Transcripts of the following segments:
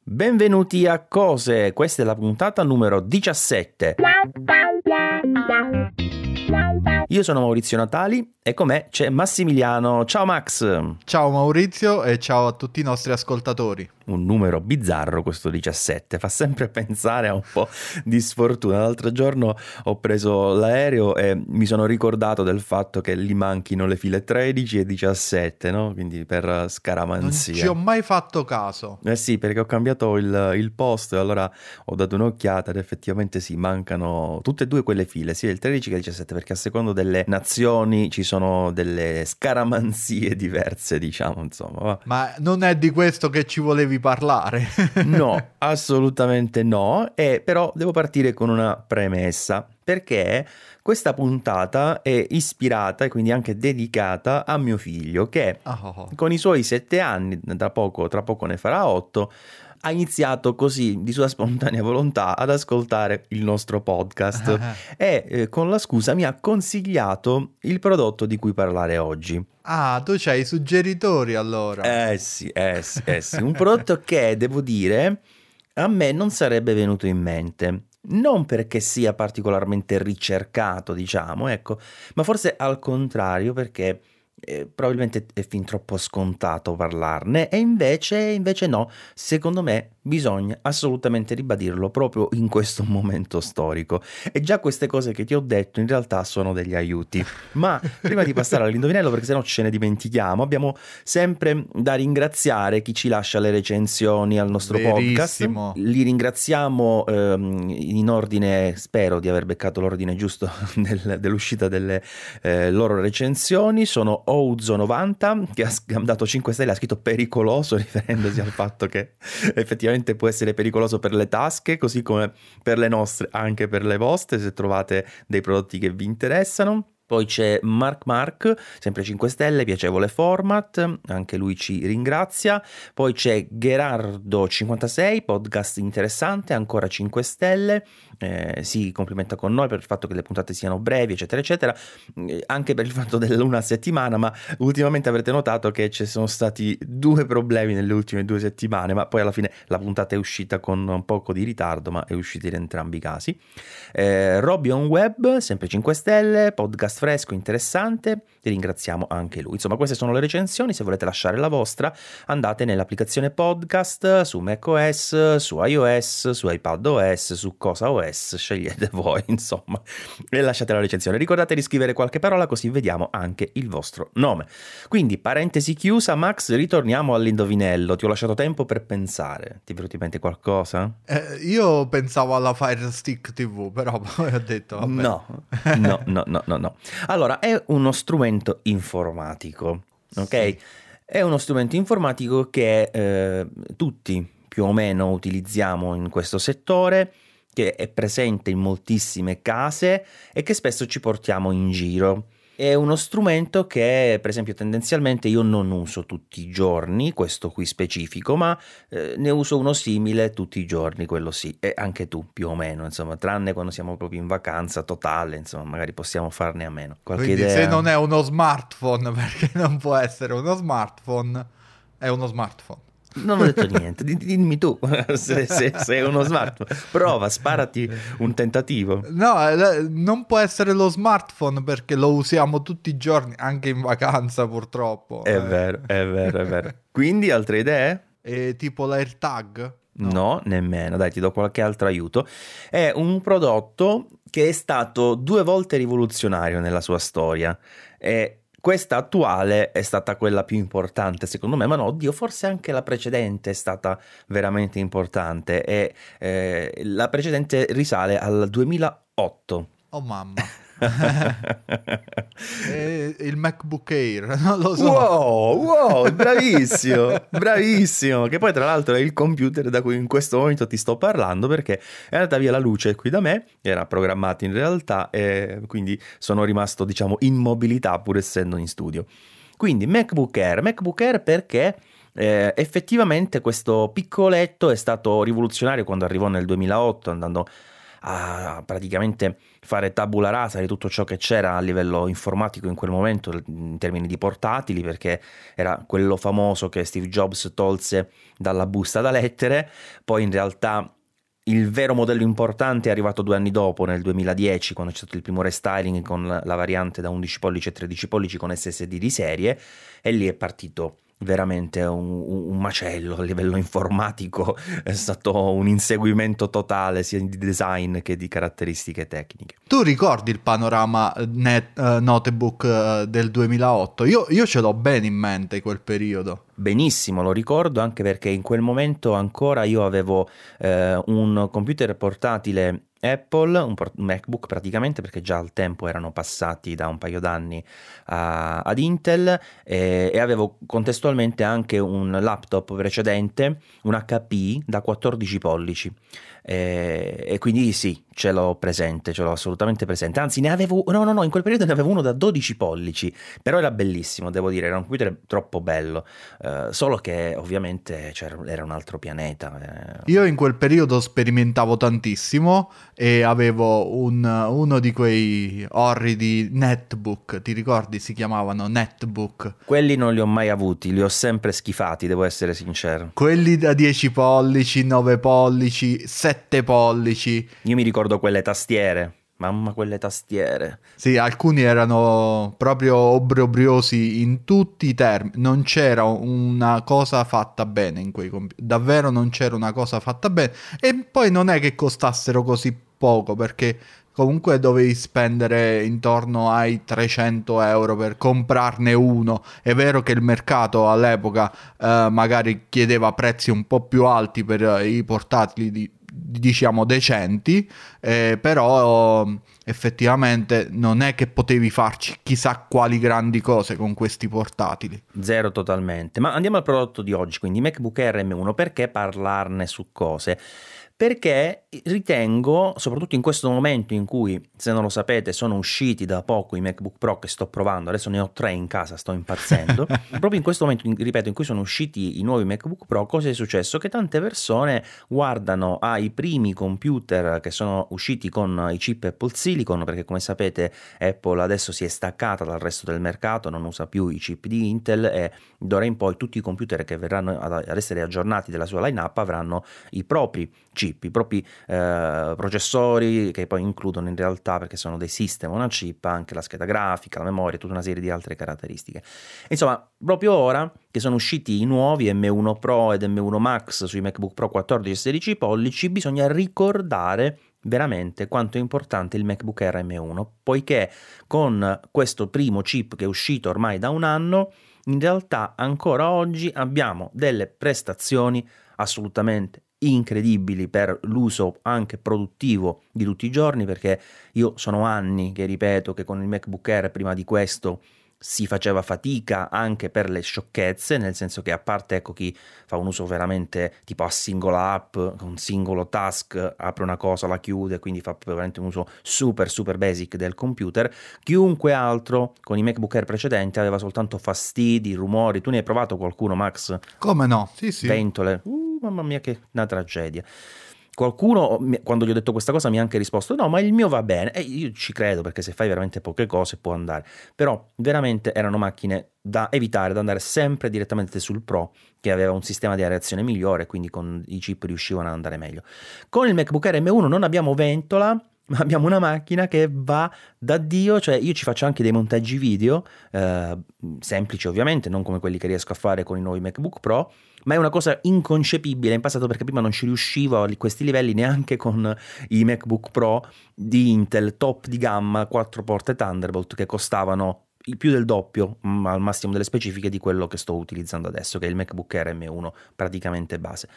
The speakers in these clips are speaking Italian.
Benvenuti a Cose, questa è la puntata numero 17. Io sono Maurizio Natali e con me c'è Massimiliano. Ciao Max! Ciao Maurizio e ciao a tutti i nostri ascoltatori. Un numero bizzarro questo 17, fa sempre pensare a un po' di sfortuna. L'altro giorno ho preso l'aereo e mi sono ricordato del fatto che gli manchino le file 13 e 17, no? Quindi per scaramanzia. Non ci ho mai fatto caso. Eh sì, perché ho cambiato il posto e allora ho dato un'occhiata ed effettivamente sì, mancano tutte e due quelle file, sia il 13 che il 17, perché a secondo delle nazioni ci sono delle scaramanzie diverse, diciamo, insomma. Va. Ma non è di questo che ci volevi parlare? No, assolutamente no, però devo partire con una premessa, perché questa puntata è ispirata e quindi anche dedicata a mio figlio che con i suoi 7 anni, tra poco ne farà 8, ha iniziato così di sua spontanea volontà ad ascoltare il nostro podcast e con la scusa mi ha consigliato il prodotto di cui parlare oggi. Ah, tu c'hai i suggeritori allora. Sì, un prodotto che, devo dire, a me non sarebbe venuto in mente. Non perché sia particolarmente ricercato, diciamo, ecco, ma forse al contrario perché probabilmente è fin troppo scontato parlarne e invece no, secondo me bisogna assolutamente ribadirlo proprio in questo momento storico. E già queste cose che ti ho detto in realtà sono degli aiuti. Ma prima di passare all'indovinello, perché sennò ce ne dimentichiamo, abbiamo sempre da ringraziare chi ci lascia le recensioni al nostro Verissimo. podcast. Li ringraziamo in ordine, spero di aver beccato l'ordine giusto dell'uscita delle loro recensioni. Sono Ouzo90 che ha dato 5 stelle, ha scritto pericoloso, riferendosi al fatto che effettivamente può essere pericoloso per le tasche, così come per le nostre, anche per le vostre, se trovate dei prodotti che vi interessano. Poi c'è Mark, sempre 5 stelle, piacevole format, anche lui ci ringrazia. Poi c'è Gerardo56, podcast interessante, ancora 5 stelle, si complimenta con noi per il fatto che le puntate siano brevi, eccetera, eccetera, anche per il fatto dell'una settimana, ma ultimamente avrete notato che ci sono stati 2 problemi nelle ultime 2 settimane, ma poi alla fine la puntata è uscita con un poco di ritardo, ma è uscita in entrambi i casi. Robion Web, sempre 5 stelle, podcast fresco, interessante, ti ringraziamo anche lui. Insomma, queste sono le recensioni. Se volete lasciare la vostra, andate nell'applicazione podcast su macOS, su iOS, su iPadOS, su cosa OS, scegliete voi, insomma, e lasciate la recensione. Ricordate di scrivere qualche parola così vediamo anche il vostro nome. Quindi, parentesi chiusa, Max, ritorniamo all'indovinello. Ti ho lasciato tempo per pensare. Ti è venuto in mente qualcosa? Io pensavo alla Fire Stick TV, però poi ho detto vabbè. No. Allora, è uno strumento informatico, ok? Sì. È uno strumento informatico che tutti più o meno utilizziamo in questo settore, che è presente in moltissime case e che spesso ci portiamo in giro. È uno strumento che, per esempio, tendenzialmente io non uso tutti i giorni, questo qui specifico, ma ne uso uno simile tutti i giorni, quello sì, e anche tu più o meno, insomma, tranne quando siamo proprio in vacanza totale, insomma, magari possiamo farne a meno. Qualche Quindi idea? se non è uno smartphone, perché non può essere uno smartphone, è uno smartphone. Non ho detto niente, dimmi tu se è uno smartphone. Prova, sparati un tentativo. No, non può essere lo smartphone perché lo usiamo tutti i giorni, anche in vacanza purtroppo. È vero. Quindi altre idee? Tipo l'AirTag? No, nemmeno. Dai, ti do qualche altro aiuto. È un prodotto che è stato 2 volte rivoluzionario nella sua storia. Questa attuale è stata quella più importante, secondo me, ma no, oddio, forse anche la precedente è stata veramente importante e la precedente risale al 2008. Oh mamma. Il MacBook Air, non lo so. Wow, bravissimo, che poi tra l'altro è il computer da cui in questo momento ti sto parlando, perché è andata via la luce qui da me, era programmato in realtà e quindi sono rimasto, diciamo, in mobilità pur essendo in studio. Quindi MacBook Air perché effettivamente questo piccoletto è stato rivoluzionario quando arrivò nel 2008, andando a praticamente fare tabula rasa di tutto ciò che c'era a livello informatico in quel momento in termini di portatili, perché era quello famoso che Steve Jobs tolse dalla busta da lettere. Poi in realtà il vero modello importante è arrivato 2 anni dopo, nel 2010, quando c'è stato il primo restyling con la variante da 11 pollici e 13 pollici con SSD di serie, e lì è partito veramente un macello a livello informatico. È stato un inseguimento totale sia di design che di caratteristiche tecniche. Tu ricordi il panorama notebook del 2008? Io ce l'ho bene in mente quel periodo. Benissimo, lo ricordo, anche perché in quel momento ancora io avevo un computer portatile Apple, un MacBook praticamente, perché già al tempo erano passati da un paio d'anni ad Intel, e avevo contestualmente anche un laptop precedente, un HP da 14 pollici. E quindi sì, ce l'ho presente, ce l'ho assolutamente presente. Anzi, ne avevo, no, in quel periodo ne avevo uno da 12 pollici, però era bellissimo, devo dire, era un computer troppo bello, solo che ovviamente era un altro pianeta. Io in quel periodo sperimentavo tantissimo e avevo uno di quei orridi netbook, ti ricordi? Si chiamavano netbook. Quelli non li ho mai avuti, li ho sempre schifati, devo essere sincero. Quelli da 10 pollici, 9 pollici, 7 pollici. Io mi ricordo quelle tastiere. Mamma, quelle tastiere. Sì, alcuni erano proprio obbrobriosi in tutti i termini. Non c'era una cosa fatta bene in quei computer. Davvero non c'era una cosa fatta bene. E poi non è che costassero così poco, perché comunque dovevi spendere intorno ai 300 euro per comprarne uno. È vero che il mercato all'epoca magari chiedeva prezzi un po' più alti per i portatili diciamo decenti, però effettivamente non è che potevi farci chissà quali grandi cose con questi portatili. Zero totalmente. Ma andiamo al prodotto di oggi, quindi MacBook Air M1. Perché parlarne su cose? Perché ritengo, soprattutto in questo momento in cui, se non lo sapete, sono usciti da poco i MacBook Pro che sto provando, adesso ne ho 3 in casa, sto impazzendo, proprio in questo momento, ripeto, in cui sono usciti i nuovi MacBook Pro, cosa è successo? Che tante persone guardano ai primi computer che sono usciti con i chip Apple Silicon, perché come sapete Apple adesso si è staccata dal resto del mercato, non usa più i chip di Intel, e d'ora in poi tutti i computer che verranno ad essere aggiornati della sua line-up avranno i propri chip, i propri processori, che poi includono in realtà, perché sono dei system on a chip, anche la scheda grafica, la memoria, tutta una serie di altre caratteristiche. Insomma, proprio ora che sono usciti i nuovi M1 Pro ed M1 Max sui MacBook Pro 14 e 16 pollici, bisogna ricordare veramente quanto è importante il MacBook Air M1, poiché con questo primo chip che è uscito ormai da un anno, in realtà ancora oggi abbiamo delle prestazioni assolutamente incredibili per l'uso anche produttivo di tutti i giorni, perché io sono anni che ripeto che con il MacBook Air prima di questo si faceva fatica anche per le sciocchezze, nel senso che, a parte ecco chi fa un uso veramente tipo a singola app, un singolo task, apre una cosa, la chiude, quindi fa veramente un uso super basic del computer, chiunque altro con i MacBook Air precedenti aveva soltanto fastidi, rumori. Tu ne hai provato qualcuno, Max? Come no? Sì. Ventole? Mamma mia, che una tragedia. Qualcuno, quando gli ho detto questa cosa, mi ha anche risposto: no, ma il mio va bene. E io ci credo, perché se fai veramente poche cose può andare. Però veramente erano macchine da evitare, da andare sempre direttamente sul Pro, che aveva un sistema di areazione migliore, quindi con i chip riuscivano ad andare meglio. Con il MacBook Air M1 non abbiamo ventola, ma abbiamo una macchina che va da Dio. Cioè io ci faccio anche dei montaggi video semplici, ovviamente, non come quelli che riesco a fare con i nuovi MacBook Pro, ma è una cosa inconcepibile in passato, perché prima non ci riuscivo a questi livelli neanche con i MacBook Pro di Intel top di gamma 4 porte Thunderbolt, che costavano il più del doppio al massimo delle specifiche di quello che sto utilizzando adesso, che è il MacBook Air M1 praticamente base.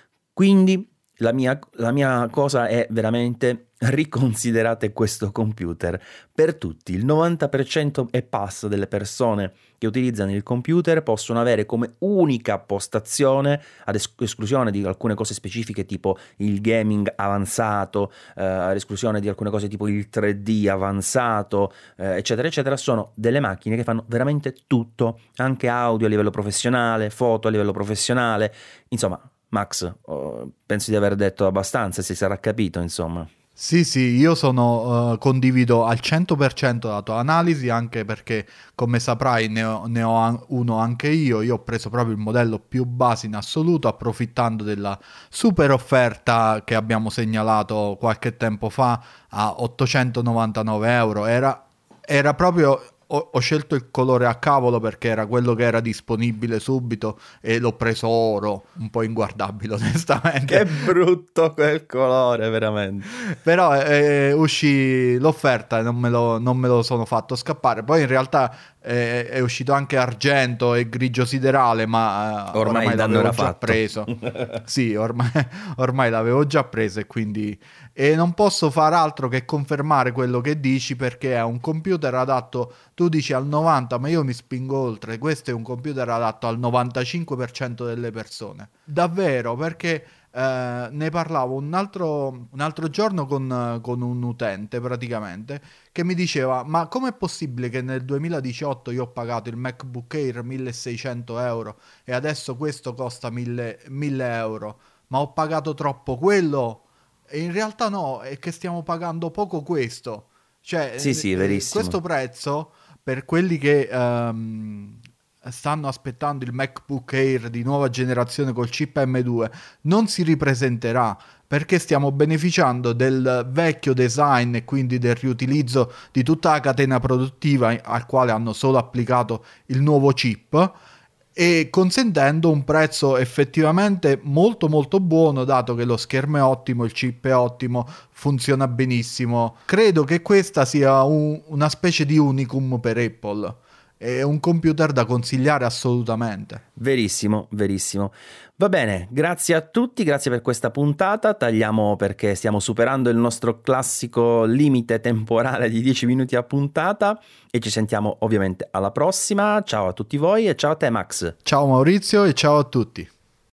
Quindi la mia cosa è veramente: riconsiderate questo computer per tutti. Il 90% e passa delle persone che utilizzano il computer possono avere come unica postazione, ad esclusione di alcune cose specifiche tipo il gaming avanzato, ad esclusione di alcune cose tipo il 3D avanzato, eccetera eccetera, sono delle macchine che fanno veramente tutto, anche audio a livello professionale, foto a livello professionale. Insomma, Max, penso di aver detto abbastanza, si sarà capito, insomma. Sì, sì, io condivido al 100% la tua analisi, anche perché, come saprai, uno anche io. Io ho preso proprio il modello più base in assoluto, approfittando della super offerta che abbiamo segnalato qualche tempo fa a 899 euro. Era proprio... Ho scelto il colore a cavolo perché era quello che era disponibile subito e l'ho preso oro, un po' inguardabile onestamente. Che brutto quel colore, veramente. Però uscì l'offerta e non me lo sono fatto scappare. Poi in realtà è uscito anche argento e grigio siderale, ma Ormai il oramai danno l'avevo era già fatto. preso. Sì, ormai l'avevo già preso e quindi... E non posso far altro che confermare quello che dici, perché è un computer adatto, tu dici al 90, ma io mi spingo oltre. Questo è un computer adatto al 95% delle persone. Davvero, perché... ne parlavo un altro giorno con un utente praticamente che mi diceva: ma com'è possibile che nel 2018 io ho pagato il MacBook Air 1600 euro e adesso questo costa 1000 euro? Ma ho pagato troppo quello? E in realtà no, è che stiamo pagando poco questo. Cioè, Sì, sì, questo verissimo. prezzo per quelli che stanno aspettando il MacBook Air di nuova generazione col chip M2 non si ripresenterà, perché stiamo beneficiando del vecchio design e quindi del riutilizzo di tutta la catena produttiva al quale hanno solo applicato il nuovo chip, e consentendo un prezzo effettivamente molto molto buono, dato che lo schermo è ottimo, il chip è ottimo, funziona benissimo. Credo che questa sia una specie di unicum per Apple. È un computer da consigliare assolutamente. Verissimo, verissimo. Va bene, grazie a tutti, grazie per questa puntata. Tagliamo perché stiamo superando il nostro classico limite temporale di 10 minuti a puntata e ci sentiamo ovviamente alla prossima. Ciao a tutti voi e ciao a te, Max. Ciao Maurizio e ciao a tutti.